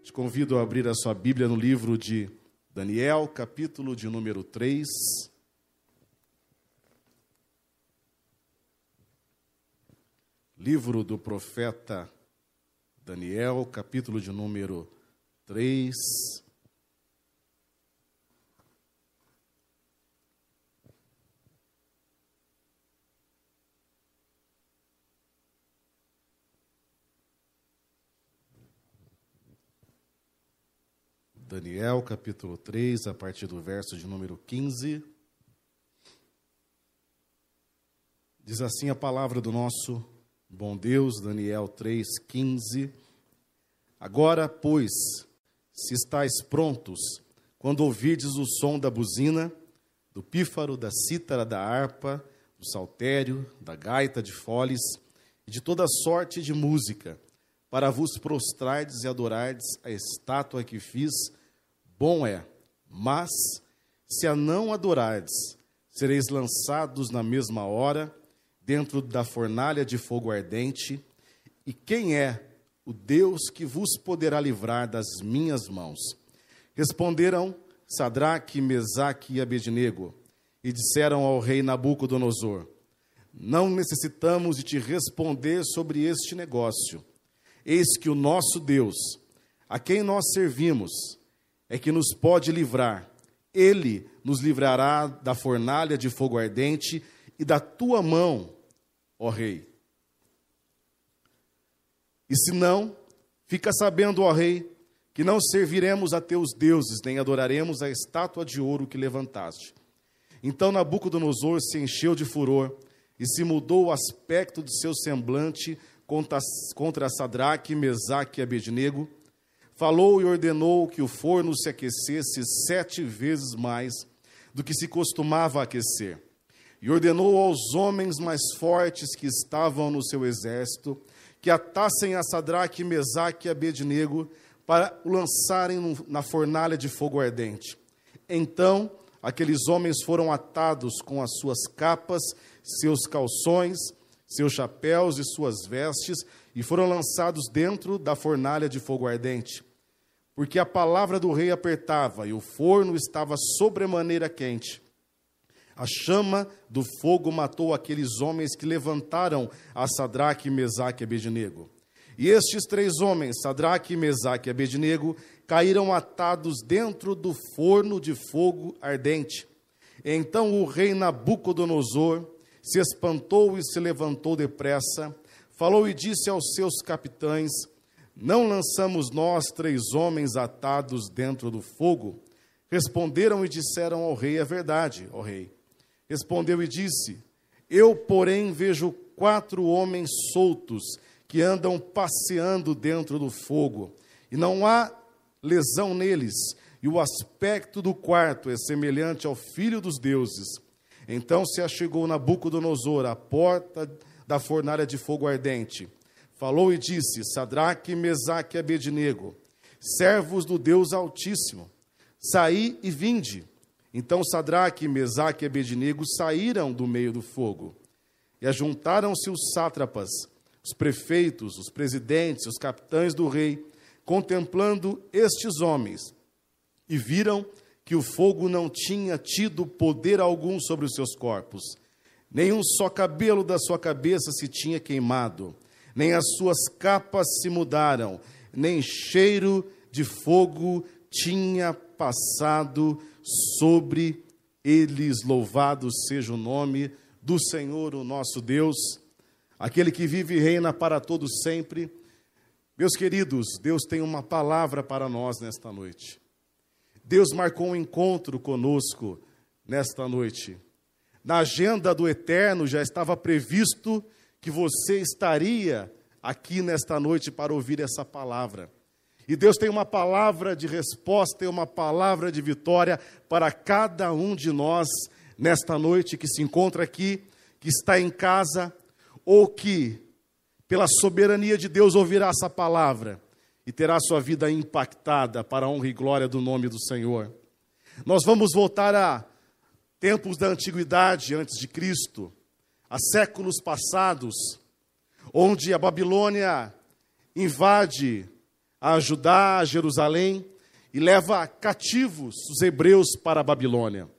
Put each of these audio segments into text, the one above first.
Te convido a abrir a sua Bíblia no livro de Daniel, capítulo de número 3. Livro do profeta Daniel, capítulo de número 3. Daniel, capítulo 3, a partir do verso de número 15. Diz assim a palavra do nosso bom Deus, Daniel 3, 15. Agora, pois, se estáis prontos, quando ouvirdes o som da buzina, do pífaro, da cítara, da harpa, do saltério, da gaita de foles e de toda sorte de música, para vos prostrardes e adorardes a estátua que fiz, bom é. Mas, se a não adorardes, sereis lançados na mesma hora, dentro da fornalha de fogo ardente. E quem é o Deus que vos poderá livrar das minhas mãos? Responderam Sadraque, Mesaque e Abednego, e disseram ao rei Nabucodonosor: não necessitamos de te responder sobre este negócio. Eis que o nosso Deus, a quem nós servimos, é que nos pode livrar. Ele nos livrará da fornalha de fogo ardente e da tua mão, ó rei. E se não, fica sabendo, ó rei, que não serviremos a teus deuses, nem adoraremos a estátua de ouro que levantaste. Então Nabucodonosor se encheu de furor e se mudou o aspecto de seu semblante contra Sadraque, Mesaque e Abednego, falou e ordenou que o forno se aquecesse 7 vezes mais do que se costumava aquecer. E ordenou aos homens mais fortes que estavam no seu exército que atassem a Sadraque, Mesaque e Abednego para o lançarem na fornalha de fogo ardente. Então aqueles homens foram atados com as suas capas, seus calções, seus chapéus e suas vestes, e foram lançados dentro da fornalha de fogo ardente. Porque a palavra do rei apertava, e o forno estava sobremaneira quente. A chama do fogo matou aqueles homens que levantaram a Sadraque, Mesaque e Abednego. E estes 3 homens, Sadraque, Mesaque e Abednego, caíram atados dentro do forno de fogo ardente. Então o rei Nabucodonosor se espantou e se levantou depressa, falou e disse aos seus capitães: não lançamos nós 3 homens atados dentro do fogo? Responderam e disseram ao rei: é verdade, ó rei. Respondeu e disse: eu, porém, vejo 4 homens soltos que andam passeando dentro do fogo, e não há lesão neles, e o aspecto do quarto é semelhante ao filho dos deuses. Então se achegou Nabucodonosor à porta da fornalha de fogo ardente. Falou e disse: Sadraque, Mesaque e Abednego, servos do Deus Altíssimo, saí e vinde. Então Sadraque, Mesaque e Abednego saíram do meio do fogo. E ajuntaram-se os sátrapas, os prefeitos, os presidentes, os capitães do rei, contemplando estes homens, e viram que o fogo não tinha tido poder algum sobre os seus corpos. Nem um só cabelo da sua cabeça se tinha queimado, nem as suas capas se mudaram, nem cheiro de fogo tinha passado sobre eles. Louvado seja o nome do Senhor, o nosso Deus, aquele que vive e reina para todos sempre. Meus queridos, Deus tem uma palavra para nós nesta noite. Deus marcou um encontro conosco nesta noite. Na agenda do Eterno já estava previsto que você estaria aqui nesta noite para ouvir essa palavra. E Deus tem uma palavra de resposta e uma palavra de vitória para cada um de nós nesta noite que se encontra aqui, que está em casa, ou que, pela soberania de Deus, ouvirá essa palavra e terá sua vida impactada para a honra e glória do nome do Senhor. Nós vamos voltar a tempos da antiguidade, antes de Cristo, a séculos passados, onde a Babilônia invade a Judá, a Jerusalém, e leva cativos os hebreus para a Babilônia.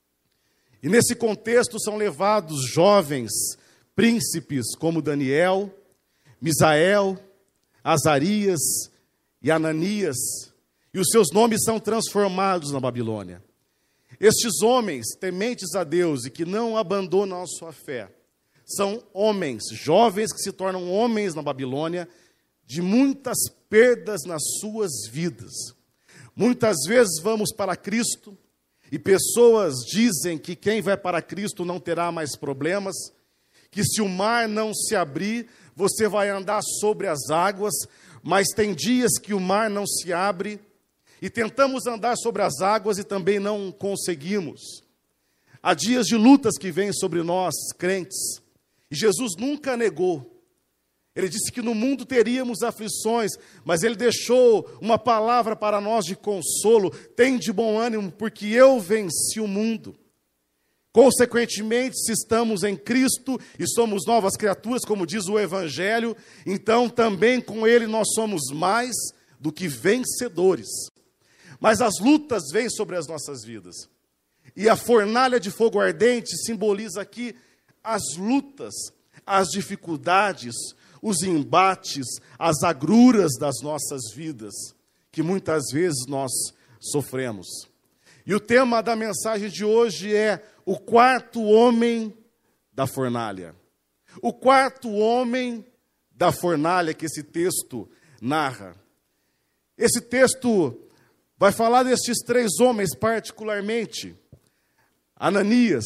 E nesse contexto são levados jovens príncipes como Daniel, Misael, Azarias e Ananias, e os seus nomes são transformados na Babilônia. Estes homens, tementes a Deus e que não abandonam a sua fé, são homens, jovens que se tornam homens na Babilônia, de muitas perdas nas suas vidas. Muitas vezes vamos para Cristo e pessoas dizem que quem vai para Cristo não terá mais problemas, que se o mar não se abrir, você vai andar sobre as águas, mas tem dias que o mar não se abre, e tentamos andar sobre as águas e também não conseguimos. Há dias de lutas que vêm sobre nós, crentes, e Jesus nunca negou. Ele disse que no mundo teríamos aflições, mas Ele deixou uma palavra para nós de consolo: tem de bom ânimo, porque eu venci o mundo. Consequentemente, se estamos em Cristo e somos novas criaturas, como diz o Evangelho, então também com Ele nós somos mais do que vencedores. Mas as lutas vêm sobre as nossas vidas. E a fornalha de fogo ardente simboliza aqui as lutas, as dificuldades, os embates, as agruras das nossas vidas, que muitas vezes nós sofremos. E o tema da mensagem de hoje é o quarto homem da fornalha. O quarto homem da fornalha que esse texto narra. Esse texto vai falar destes três homens particularmente: Ananias,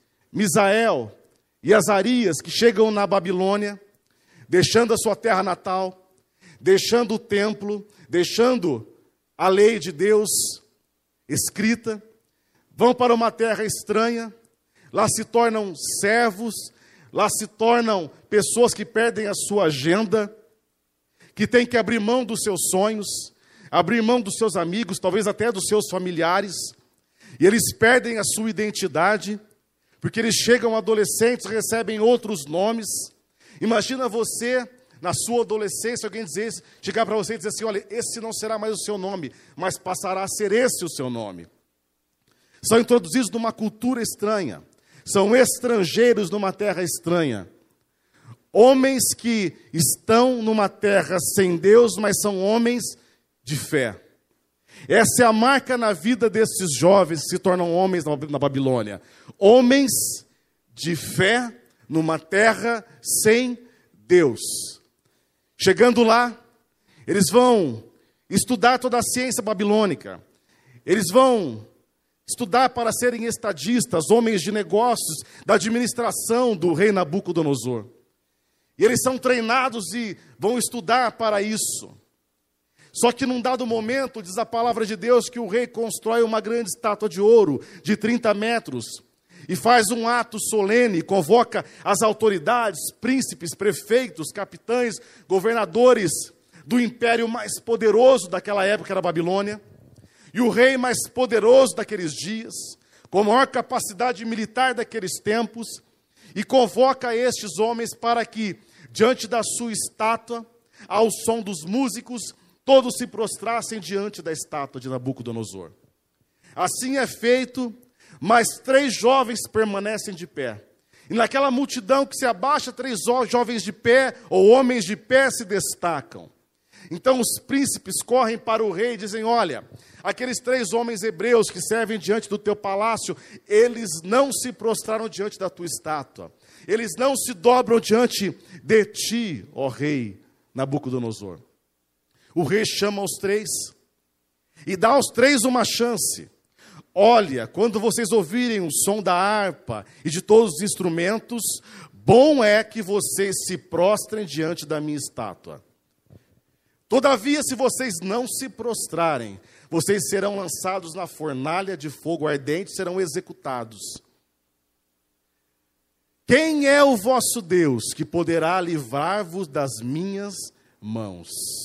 Misael e Azarias, que chegam na Babilônia, deixando a sua terra natal, deixando o templo, deixando a lei de Deus escrita, vão para uma terra estranha, lá se tornam servos, lá se tornam pessoas que perdem a sua agenda, que têm que abrir mão dos seus sonhos, abrir mão dos seus amigos, talvez até dos seus familiares, e eles perdem a sua identidade, porque eles chegam adolescentes, recebem outros nomes. Imagina você, na sua adolescência, alguém chegar para você e dizer assim: olha, esse não será mais o seu nome, mas passará a ser esse o seu nome. São introduzidos numa cultura estranha, são estrangeiros numa terra estranha. Homens que estão numa terra sem Deus, mas são homens de fé. Essa é a marca na vida desses jovens que se tornam homens na Babilônia. Homens de fé numa terra sem Deus. Chegando lá, eles vão estudar toda a ciência babilônica. Eles vão estudar para serem estadistas, homens de negócios, da administração do rei Nabucodonosor. E eles são treinados e vão estudar para isso. Só que num dado momento, diz a palavra de Deus, que o rei constrói uma grande estátua de ouro de 30 metros e faz um ato solene, convoca as autoridades, príncipes, prefeitos, capitães, governadores do império mais poderoso daquela época, que era a Babilônia, e o rei mais poderoso daqueles dias, com a maior capacidade militar daqueles tempos, e convoca estes homens para que, diante da sua estátua, ao som dos músicos, todos se prostrassem diante da estátua de Nabucodonosor. Assim é feito, mas 3 jovens permanecem de pé. E naquela multidão que se abaixa, 3 jovens de pé, ou homens de pé, se destacam. Então os príncipes correm para o rei e dizem: olha, aqueles 3 homens hebreus que servem diante do teu palácio, eles não se prostraram diante da tua estátua. Eles não se dobram diante de ti, ó rei Nabucodonosor. O rei chama os 3 e dá aos 3 uma chance. Olha, quando vocês ouvirem o som da harpa e de todos os instrumentos, bom é que vocês se prostrem diante da minha estátua. Todavia, se vocês não se prostrarem, vocês serão lançados na fornalha de fogo ardente, serão executados. Quem é o vosso Deus que poderá livrar-vos das minhas mãos?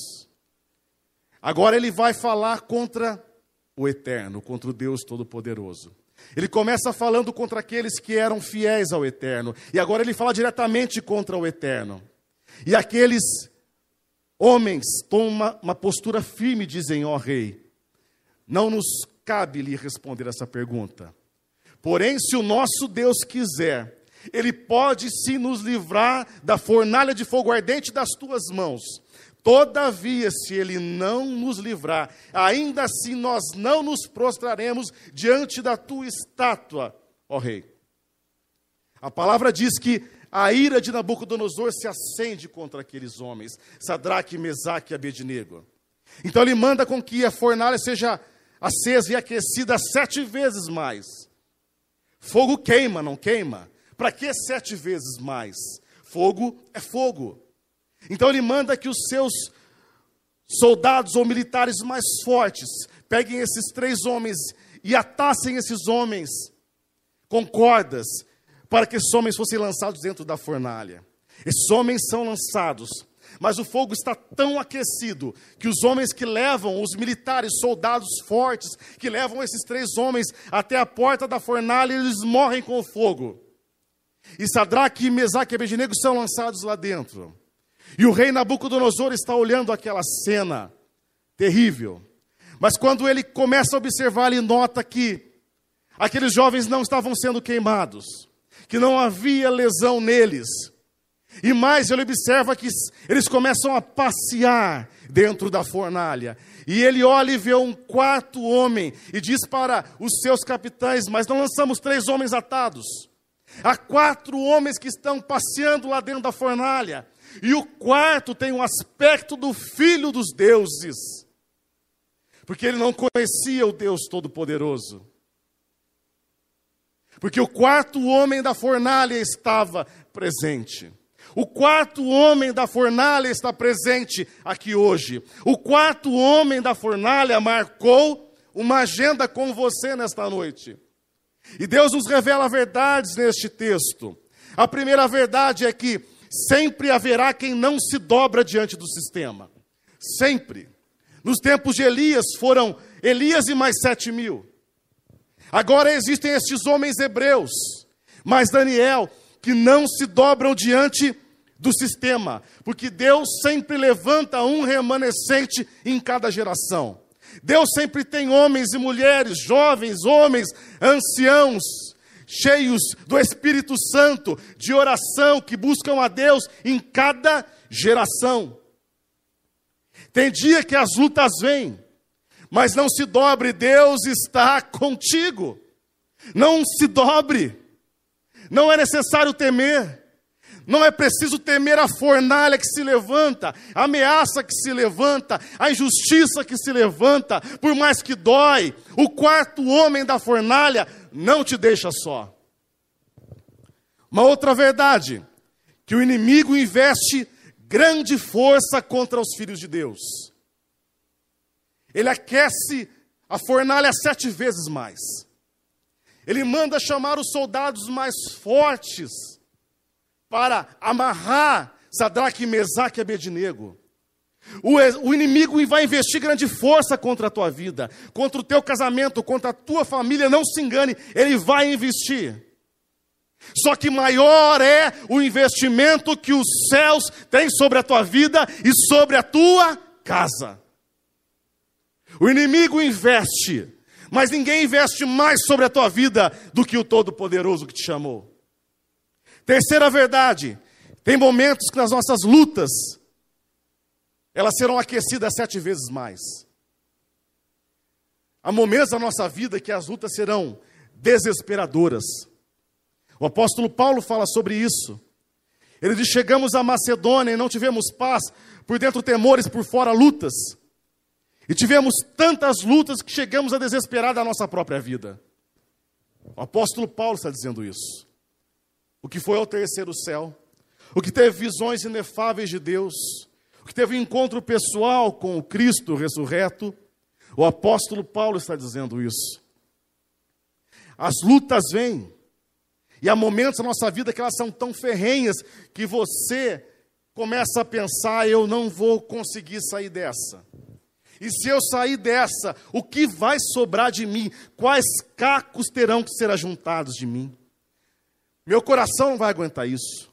Agora ele vai falar contra o Eterno, contra o Deus Todo-Poderoso. Ele começa falando contra aqueles que eram fiéis ao Eterno, e agora ele fala diretamente contra o Eterno. E aqueles Homens, toma uma postura firme, dizem, ó rei. Não nos cabe lhe responder essa pergunta. Porém, se o nosso Deus quiser, Ele pode sim nos livrar da fornalha de fogo ardente das tuas mãos. Todavia, se Ele não nos livrar, ainda assim nós não nos prostraremos diante da tua estátua, ó rei. A palavra diz que a ira de Nabucodonosor se acende contra aqueles homens, Sadraque, Mesaque e Abednego. Então ele manda com que a fornalha seja acesa e aquecida 7 vezes mais. Fogo queima, não queima? Para que 7 vezes mais? Fogo é fogo. Então ele manda que os seus soldados ou militares mais fortes peguem esses 3 homens e atassem esses homens com cordas, para que esses homens fossem lançados dentro da fornalha. Esses homens são lançados, mas o fogo está tão aquecido que os homens que levam, os militares, soldados fortes, que levam esses 3 homens até a porta da fornalha, eles morrem com o fogo. E Sadraque, Mesaque e Abednego são lançados lá dentro. E o rei Nabucodonosor está olhando aquela cena terrível. Mas quando ele começa a observar, ele nota que aqueles jovens não estavam sendo queimados, que não havia lesão neles. E mais, ele observa que eles começam a passear dentro da fornalha. E ele olha e vê um 4º homem e diz para os seus capitães, mas não lançamos 3 homens atados. Há 4 homens que estão passeando lá dentro da fornalha. E o 4º tem um aspecto do filho dos deuses. Porque ele não conhecia o Deus Todo-Poderoso. Porque o 4º homem da fornalha estava presente. O 4º homem da fornalha está presente aqui hoje. O 4º homem da fornalha marcou uma agenda com você nesta noite. E Deus nos revela verdades neste texto. A primeira verdade é que sempre haverá quem não se dobra diante do sistema. Sempre. Nos tempos de Elias foram Elias e mais 7.000. Agora existem estes homens hebreus, mas Daniel, que não se dobram diante do sistema, porque Deus sempre levanta um remanescente em cada geração. Deus sempre tem homens e mulheres, jovens, homens, anciãos, cheios do Espírito Santo, de oração, que buscam a Deus em cada geração. Tem dia que as lutas vêm, mas não se dobre, Deus está contigo. Não se dobre. Não é necessário temer. Não é preciso temer a fornalha que se levanta, a ameaça que se levanta, a injustiça que se levanta, por mais que dói. O 4º homem da fornalha não te deixa só. Uma outra verdade, que o inimigo investe grande força contra os filhos de Deus. Ele aquece a fornalha 7 vezes mais. Ele manda chamar os soldados mais fortes para amarrar Sadraque, Mesaque e Abednego. O inimigo vai investir grande força contra a tua vida, contra o teu casamento, contra a tua família. Não se engane, ele vai investir. Só que maior é o investimento que os céus têm sobre a tua vida e sobre a tua casa. O inimigo investe, mas ninguém investe mais sobre a tua vida do que o Todo-Poderoso que te chamou. Terceira verdade, tem momentos que nas nossas lutas, elas serão aquecidas 7 vezes mais. Há momentos da nossa vida que as lutas serão desesperadoras. O apóstolo Paulo fala sobre isso. Ele diz, chegamos à Macedônia e não tivemos paz, por dentro temores, por fora lutas. E tivemos tantas lutas que chegamos a desesperar da nossa própria vida. O apóstolo Paulo está dizendo isso. O que foi ao 3º céu, o que teve visões inefáveis de Deus, o que teve um encontro pessoal com o Cristo ressurreto, o apóstolo Paulo está dizendo isso. As lutas vêm, e há momentos na nossa vida que elas são tão ferrenhas que você começa a pensar, eu não vou conseguir sair dessa. E se eu sair dessa, o que vai sobrar de mim? Quais cacos terão que ser ajuntados de mim? Meu coração não vai aguentar isso.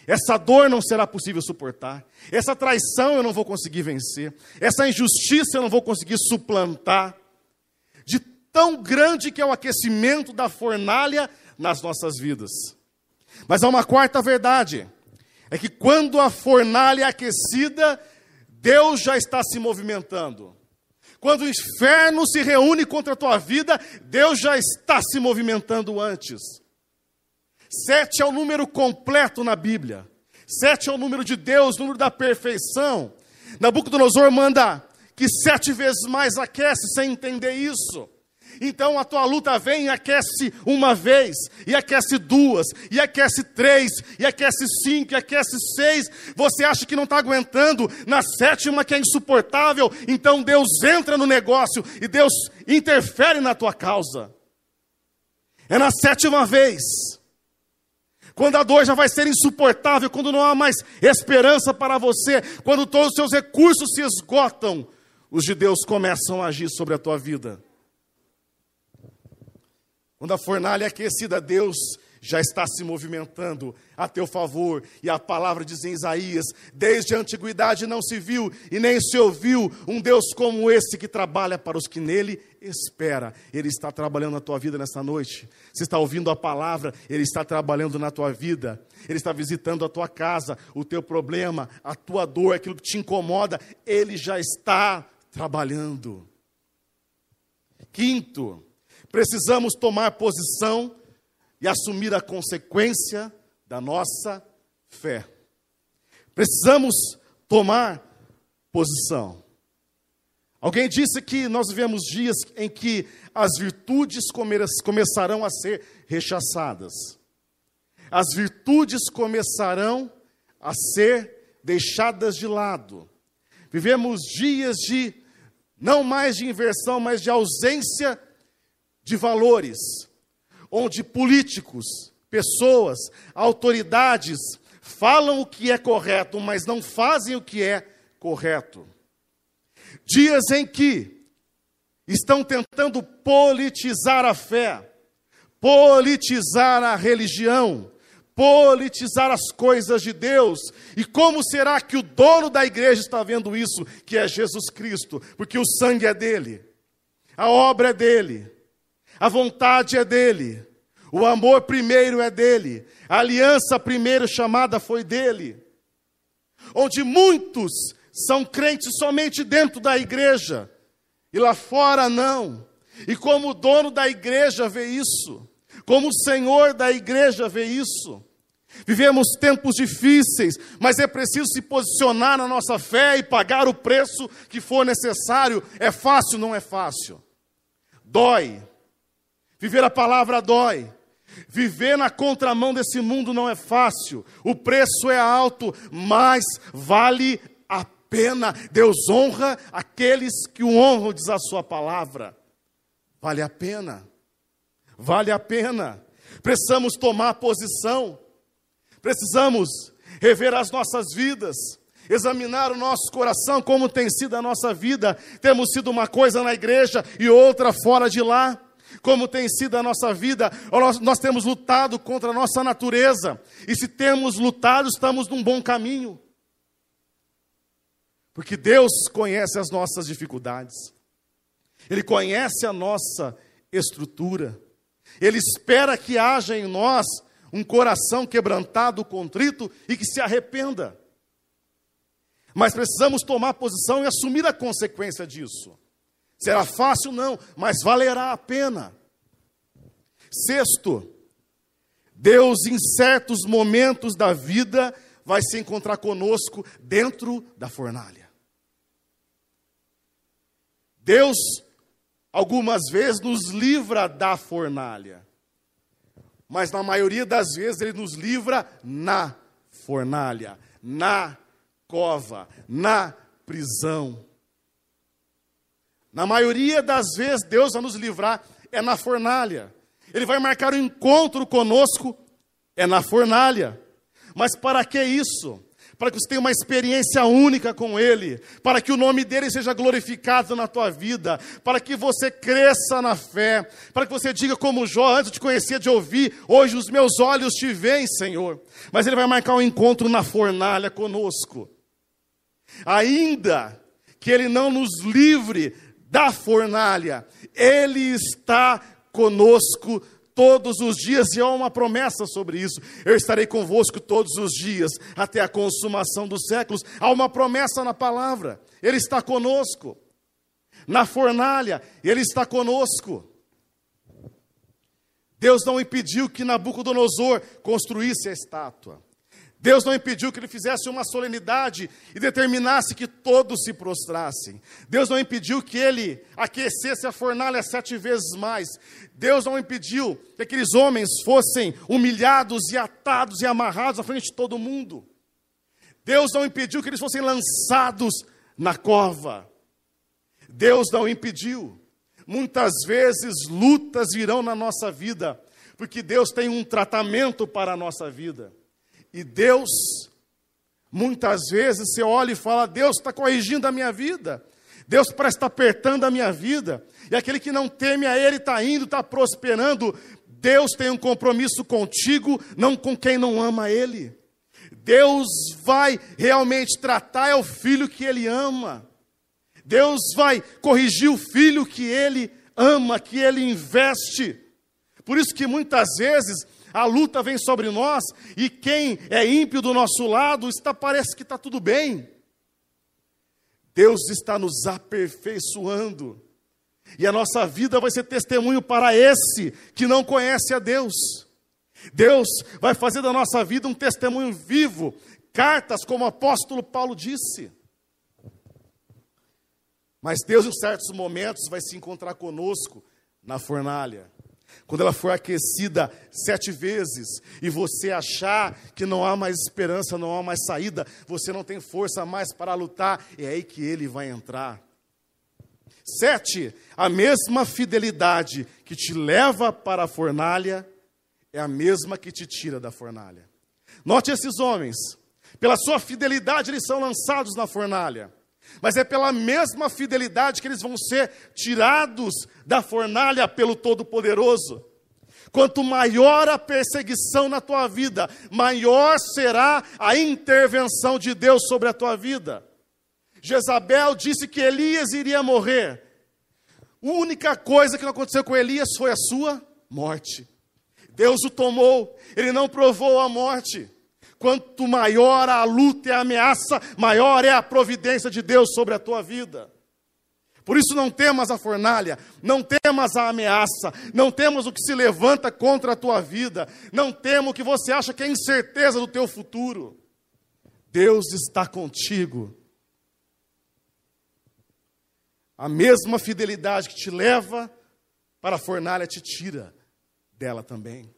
Essa dor não será possível suportar. Essa traição eu não vou conseguir vencer. Essa injustiça eu não vou conseguir suplantar. De tão grande que é o aquecimento da fornalha nas nossas vidas. Mas há uma quarta verdade. É que quando a fornalha é aquecida, Deus já está se movimentando. Quando o inferno se reúne contra a tua vida, Deus já está se movimentando antes. 7 é o número completo na Bíblia. 7 é o número de Deus, o número da perfeição. Nabucodonosor manda que 7 vezes mais aquece sem entender isso. Então a tua luta vem e aquece uma vez, e aquece 2, e aquece 3, e aquece 5, e aquece 6. Você acha que não está aguentando, na 7ª que é insuportável, então Deus entra no negócio e Deus interfere na tua causa. É na 7ª vez. Quando a dor já vai ser insuportável, quando não há mais esperança para você, quando todos os seus recursos se esgotam, os de Deus começam a agir sobre a tua vida. Quando a fornalha é aquecida, Deus já está se movimentando a teu favor. E a palavra diz em Isaías: desde a antiguidade não se viu e nem se ouviu um Deus como esse que trabalha para os que nele espera. Ele está trabalhando na tua vida nessa noite. Você está ouvindo a palavra, Ele está trabalhando na tua vida. Ele está visitando a tua casa, o teu problema, a tua dor, aquilo que te incomoda. Ele já está trabalhando. Quinto, precisamos tomar posição e assumir a consequência da nossa fé. Precisamos tomar posição. Alguém disse que nós vivemos dias em que as virtudes começarão a ser rechaçadas. As virtudes começarão a ser deixadas de lado. Vivemos dias de, não mais de inversão, mas de ausência de valores, onde políticos, pessoas, autoridades falam o que é correto, mas não fazem o que é correto. Dias em que estão tentando politizar a fé, politizar a religião, politizar as coisas de Deus. E como será que o dono da igreja está vendo isso, que é Jesus Cristo? Porque o sangue é dele, a obra é dele, a vontade é dele, o amor primeiro é dele, a aliança primeiro chamada foi dele. Onde muitos são crentes somente dentro da igreja, e lá fora não. E como o dono da igreja vê isso, como o Senhor da igreja vê isso. Vivemos tempos difíceis, mas é preciso se posicionar na nossa fé e pagar o preço que for necessário. É fácil? Não é fácil. Dói. Viver a palavra dói. Viver na contramão desse mundo não é fácil. O preço é alto, mas vale a pena. Deus honra aqueles que o honram, diz a sua palavra. Vale a pena. Vale a pena. Precisamos tomar posição. Precisamos rever as nossas vidas. Examinar o nosso coração, como tem sido a nossa vida. Temos sido uma coisa na igreja e outra fora de lá. Como tem sido a nossa vida, nós temos lutado contra a nossa natureza. E se temos lutado, estamos num bom caminho. Porque Deus conhece as nossas dificuldades. Ele conhece a nossa estrutura. Ele espera que haja em nós um coração quebrantado, contrito e que se arrependa. Mas precisamos tomar posição e assumir a consequência disso. Será fácil? Não, mas valerá a pena. Sexto, Deus em certos momentos da vida vai se encontrar conosco dentro da fornalha. Deus, algumas vezes, nos livra da fornalha. Mas na maioria das vezes Ele nos livra na fornalha, na cova, na prisão. Na maioria das vezes, Deus vai nos livrar, é na fornalha. Ele vai marcar um encontro conosco, é na fornalha. Mas para que isso? para que você tenha uma experiência única com Ele, para que o nome dEle seja glorificado na tua vida, para que você cresça na fé, para que você diga como Jó, antes de conhecer, de ouvir, hoje os meus olhos te veem, Senhor. Mas Ele vai marcar um encontro na fornalha conosco. Ainda que Ele não nos livre da fornalha, Ele está conosco todos os dias, e há uma promessa sobre isso: eu estarei convosco todos os dias, até a consumação dos séculos. Há uma promessa na palavra, Ele está conosco. Na fornalha, Ele está conosco. Deus não impediu que Nabucodonosor construísse a estátua. Deus não impediu que ele fizesse uma solenidade e determinasse que todos se prostrassem. Deus não impediu que ele aquecesse a fornalha 7 vezes mais. Deus não impediu que aqueles homens fossem humilhados e atados e amarrados à frente de todo mundo. Deus não impediu que eles fossem lançados na cova. Deus não impediu. Muitas vezes lutas virão na nossa vida, porque Deus tem um tratamento para a nossa vida. E Deus, muitas vezes, você olha e fala: Deus está corrigindo a minha vida, Deus parece estar apertando a minha vida, e aquele que não teme a Ele está indo, está prosperando. Deus tem um compromisso contigo, não com quem não ama Ele. Deus vai realmente tratar, é o filho que Ele ama. Deus vai corrigir o filho que Ele ama, que Ele investe. Por isso que muitas vezes a luta vem sobre nós, e quem é ímpio do nosso lado, parece que está tudo bem. Deus está nos aperfeiçoando, e a nossa vida vai ser testemunho para esse que não conhece a Deus. Deus vai fazer da nossa vida um testemunho vivo, cartas como o apóstolo Paulo disse. Mas Deus, em certos momentos, vai se encontrar conosco na fornalha. Quando ela for aquecida 7 vezes, e você achar que não há mais esperança, não há mais saída, você não tem força mais para lutar, é aí que Ele vai entrar. 7, a mesma fidelidade que te leva para a fornalha, é a mesma que te tira da fornalha. Note esses homens, pela sua fidelidade eles são lançados na fornalha. Mas é pela mesma fidelidade que eles vão ser tirados da fornalha pelo Todo-Poderoso. Quanto maior a perseguição na tua vida, maior será a intervenção de Deus sobre a tua vida. Jezabel disse que Elias iria morrer. A única coisa que não aconteceu com Elias foi a sua morte. Deus o tomou, ele não provou a morte. Quanto maior a luta e a ameaça, maior é a providência de Deus sobre a tua vida. Por isso não temas a fornalha, não temas a ameaça, não temas o que se levanta contra a tua vida, não temas o que você acha que é incerteza do teu futuro. Deus está contigo. A mesma fidelidade que te leva para a fornalha te tira dela também.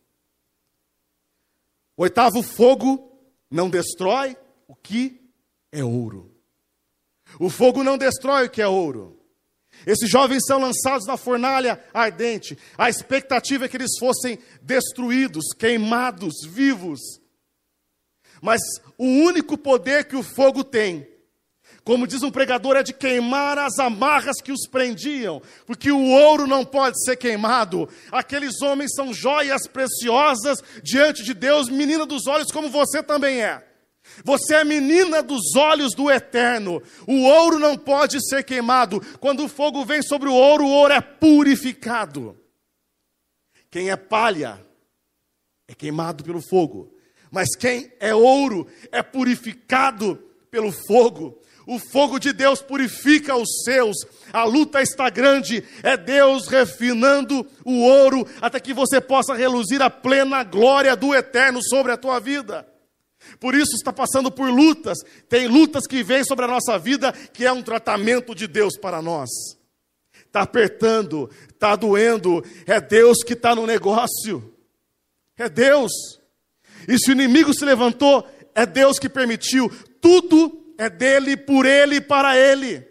8º, fogo não destrói o que é ouro. O fogo não destrói o que é ouro. Esses jovens são lançados na fornalha ardente. A expectativa é que eles fossem destruídos, queimados, vivos. Mas o único poder que o fogo tem, como diz um pregador, é de queimar as amarras que os prendiam, porque o ouro não pode ser queimado. Aqueles homens são joias preciosas diante de Deus, menina dos olhos como você também é. Você é menina dos olhos do Eterno. O ouro não pode ser queimado. Quando o fogo vem sobre o ouro é purificado. Quem é palha é queimado pelo fogo, mas quem é ouro é purificado pelo fogo. O fogo de Deus purifica os seus. A luta está grande. É Deus refinando o ouro até que você possa reluzir a plena glória do Eterno sobre a tua vida. Por isso está passando por lutas. Tem lutas que vêm sobre a nossa vida que é um tratamento de Deus para nós. Está apertando, está doendo. É Deus que está no negócio. É Deus. E se o inimigo se levantou, é Deus que permitiu. Tudo é dele, por ele e para ele.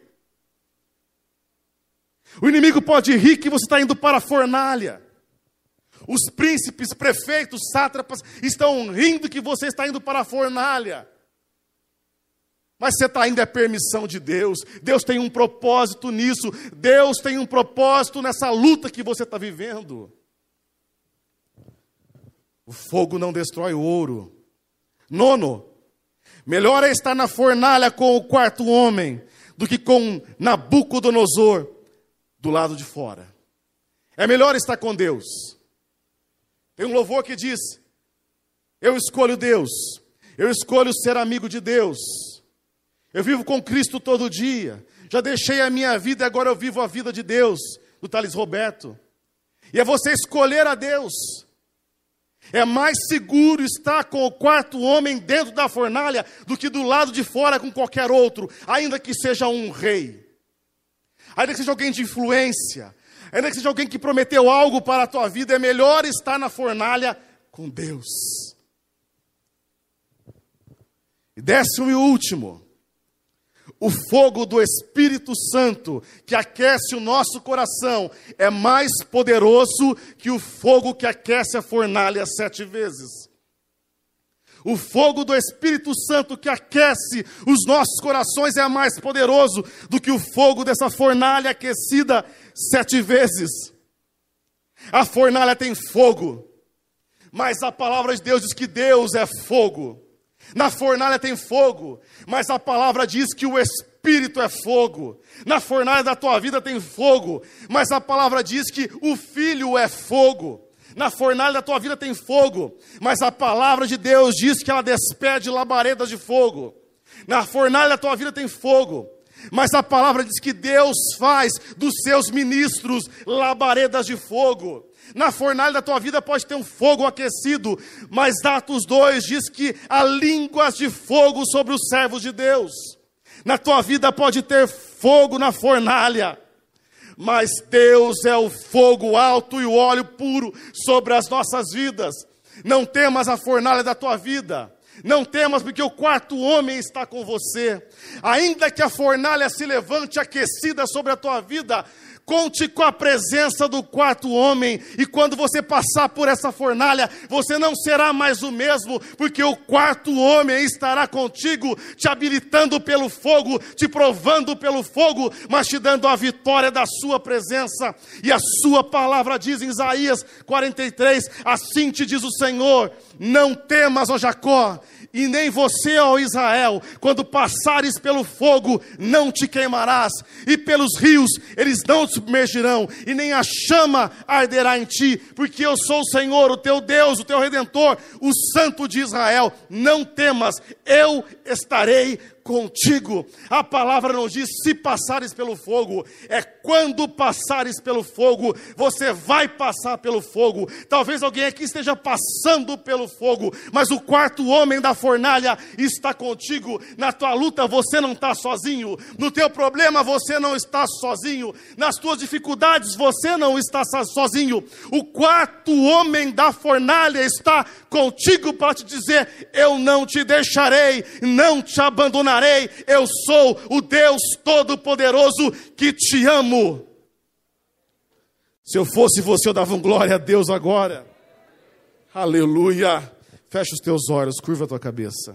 O inimigo pode rir que você está indo para a fornalha. Os príncipes, prefeitos, sátrapas estão rindo que você está indo para a fornalha. Mas você está indo, é permissão de Deus. Deus tem um propósito nisso. Deus tem um propósito nessa luta que você está vivendo. O fogo não destrói o ouro. 9, melhor é estar na fornalha com o quarto homem do que com Nabucodonosor do lado de fora. É melhor estar com Deus. Tem um louvor que diz: eu escolho Deus, eu escolho ser amigo de Deus. Eu vivo com Cristo todo dia. Já deixei a minha vida e agora eu vivo a vida de Deus, do Thales Roberto. E é você escolher a Deus. É mais seguro estar com o quarto homem dentro da fornalha do que do lado de fora com qualquer outro, ainda que seja um rei, ainda que seja alguém de influência, ainda que seja alguém que prometeu algo para a tua vida. É melhor estar na fornalha com Deus. E 10º e último, o fogo do Espírito Santo que aquece o nosso coração é mais poderoso que o fogo que aquece a fornalha 7 vezes. O fogo do Espírito Santo que aquece os nossos corações é mais poderoso do que o fogo dessa fornalha aquecida 7 vezes. A fornalha tem fogo, mas a palavra de Deus diz que Deus é fogo. Na fornalha tem fogo, mas a palavra diz que o Espírito é fogo. Na fornalha da tua vida tem fogo, mas a palavra diz que o Filho é fogo. Na fornalha da tua vida tem fogo, mas a palavra de Deus diz que ela despede labaredas de fogo. Na fornalha da tua vida tem fogo, mas a palavra diz que Deus faz dos seus ministros labaredas de fogo. Na fornalha da tua vida pode ter um fogo aquecido, mas Atos 2 diz que há línguas de fogo sobre os servos de Deus. Na tua vida pode ter fogo na fornalha, mas Deus é o fogo alto e o óleo puro sobre as nossas vidas. Não temas a fornalha da tua vida. Não temas, porque o quarto homem está com você. Ainda que a fornalha se levante aquecida sobre a tua vida, conte com a presença do quarto homem. E quando você passar por essa fornalha, você não será mais o mesmo, porque o quarto homem estará contigo, te habilitando pelo fogo, te provando pelo fogo, mas te dando a vitória da sua presença. E a sua palavra diz em Isaías 43, assim te diz o Senhor: não temas, ó Jacó, e nem você, ó Israel, quando passares pelo fogo, não te queimarás, e pelos rios, eles não te submergirão, e nem a chama arderá em ti, porque eu sou o Senhor, o teu Deus, o teu Redentor, o Santo de Israel. Não temas, eu estarei contigo. A palavra não diz se passares pelo fogo, é quando passares pelo fogo. Você vai passar pelo fogo. Talvez alguém aqui esteja passando pelo fogo, mas o quarto homem da fornalha está contigo. Na tua luta você não está sozinho, no teu problema você não está sozinho, nas tuas dificuldades você não está sozinho. O quarto homem da fornalha está contigo para te dizer: eu não te deixarei, não te abandonarei. Eu sou o Deus Todo-Poderoso que te amo. Se eu fosse você, eu dava glória a Deus agora. Aleluia. Fecha os teus olhos, curva a tua cabeça.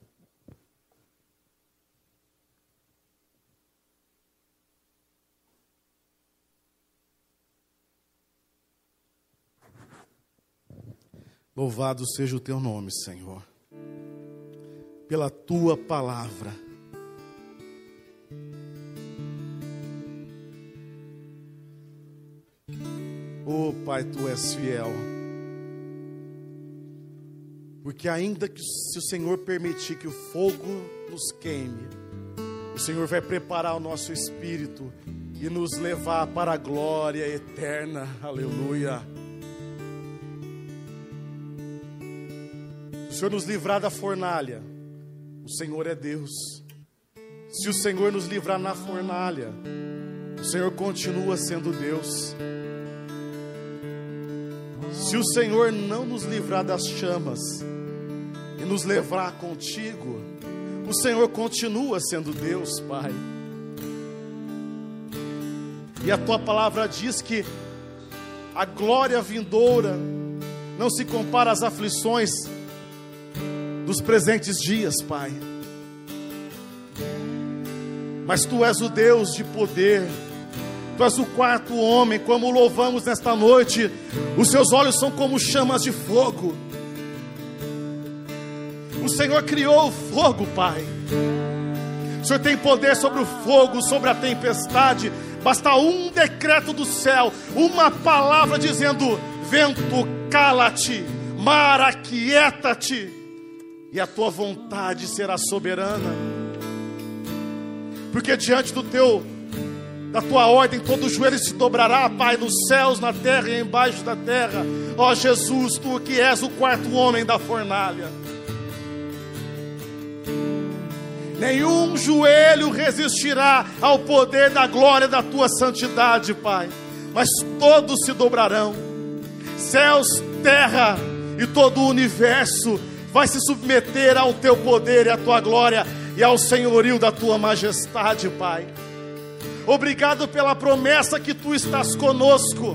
Louvado seja o teu nome, Senhor, pela tua palavra. Oh, Pai, tu és fiel. Porque ainda que se o Senhor permitir que o fogo nos queime, o Senhor vai preparar o nosso espírito e nos levar para a glória eterna. Aleluia. Se o Senhor nos livrar da fornalha, o Senhor é Deus. Se o Senhor nos livrar na fornalha, o Senhor continua sendo Deus. Se o Senhor não nos livrar das chamas e nos levar contigo, o Senhor continua sendo Deus, Pai. E a tua palavra diz que a glória vindoura não se compara às aflições dos presentes dias, Pai. Mas Tu és o Deus de poder. Tu és o quarto homem, como louvamos nesta noite. Os Seus olhos são como chamas de fogo. O Senhor criou o fogo, Pai. O Senhor tem poder sobre o fogo, sobre a tempestade. Basta um decreto do céu, uma palavra dizendo: vento, cala-te, mar, aquieta-te, e a Tua vontade será soberana. Porque diante da Tua ordem, todo joelho se dobrará, Pai, nos céus, na terra e embaixo da terra. Ó Jesus, Tu que és o quarto homem da fornalha. Nenhum joelho resistirá ao poder da glória da Tua santidade, Pai. Mas todos se dobrarão. Céus, terra e todo o universo vai se submeter ao Teu poder e à Tua glória e ao senhorio da Tua majestade, Pai. Obrigado pela promessa que Tu estás conosco,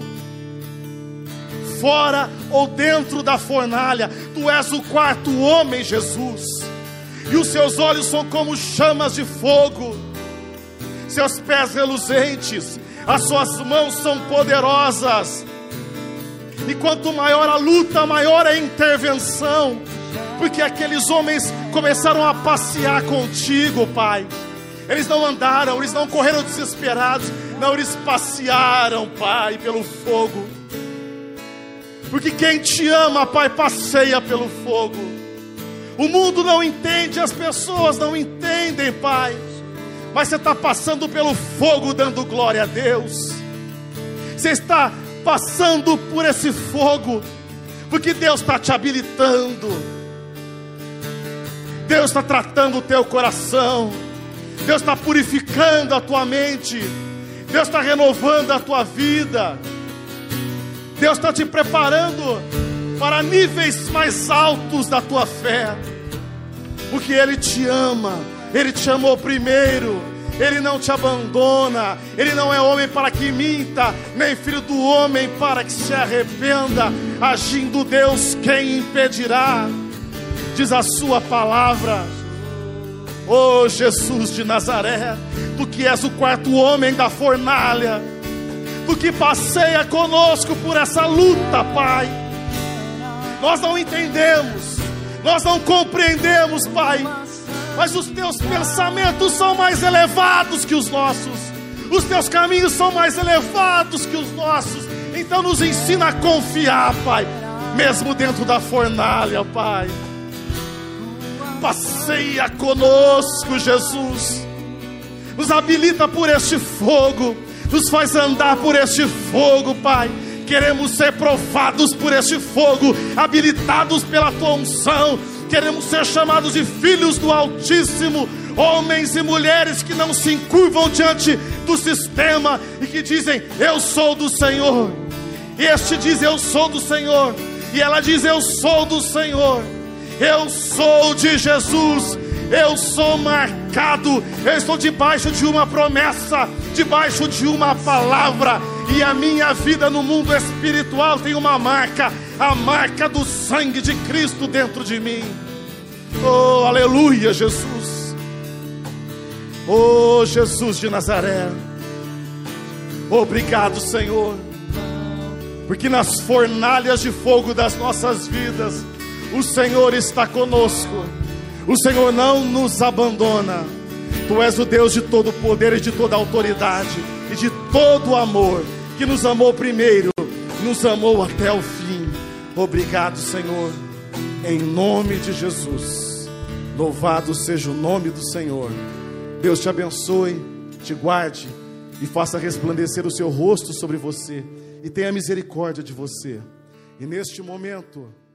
fora ou dentro da fornalha. Tu és o quarto homem, Jesus. E os Seus olhos são como chamas de fogo, Seus pés reluzentes, as Suas mãos são poderosas. E quanto maior a luta, maior a intervenção. Porque aqueles homens começaram a passear contigo, Pai. Eles não andaram, eles não correram desesperados. Não, eles passearam, Pai, pelo fogo. Porque quem Te ama, Pai, passeia pelo fogo. O mundo não entende, as pessoas não entendem, Pai. Mas Você está passando pelo fogo dando glória a Deus. Você está passando por esse fogo porque Deus está te habilitando. Deus está tratando o teu coração. Deus está purificando a tua mente. Deus está renovando a tua vida. Deus está te preparando para níveis mais altos da tua fé. Porque Ele te ama. Ele te amou primeiro. Ele não te abandona. Ele não é homem para que minta, nem filho do homem para que se arrependa. Agindo Deus, quem impedirá? Diz a sua palavra. Oh Jesus de Nazaré, Tu que és o quarto homem da fornalha, Tu que passeia conosco por essa luta, Pai. Nós não entendemos, nós não compreendemos, Pai, mas os Teus pensamentos são mais elevados que os nossos. Os Teus caminhos são mais elevados que os nossos. Então nos ensina a confiar, Pai, mesmo dentro da fornalha, Pai. Passeia conosco, Jesus. Nos habilita por este fogo. Nos faz andar por este fogo, Pai. Queremos ser provados por este fogo, habilitados pela Tua unção. Queremos ser chamados de filhos do Altíssimo. Homens e mulheres que não se encurvam diante do sistema e que dizem: eu sou do Senhor. E este diz: eu sou do Senhor. E ela diz: eu sou do Senhor. Eu sou de Jesus. Eu sou marcado. Eu estou debaixo de uma promessa, debaixo de uma palavra. E a minha vida no mundo espiritual tem uma marca, a marca do sangue de Cristo dentro de mim. Oh, aleluia, Jesus. Oh, Jesus de Nazaré. Obrigado, Senhor, porque nas fornalhas de fogo das nossas vidas o Senhor está conosco. O Senhor não nos abandona. Tu és o Deus de todo poder e de toda autoridade e de todo amor, que nos amou primeiro, nos amou até o fim. Obrigado, Senhor, em nome de Jesus. Louvado seja o nome do Senhor. Deus te abençoe, te guarde e faça resplandecer o seu rosto sobre você e tenha misericórdia de você. E neste momento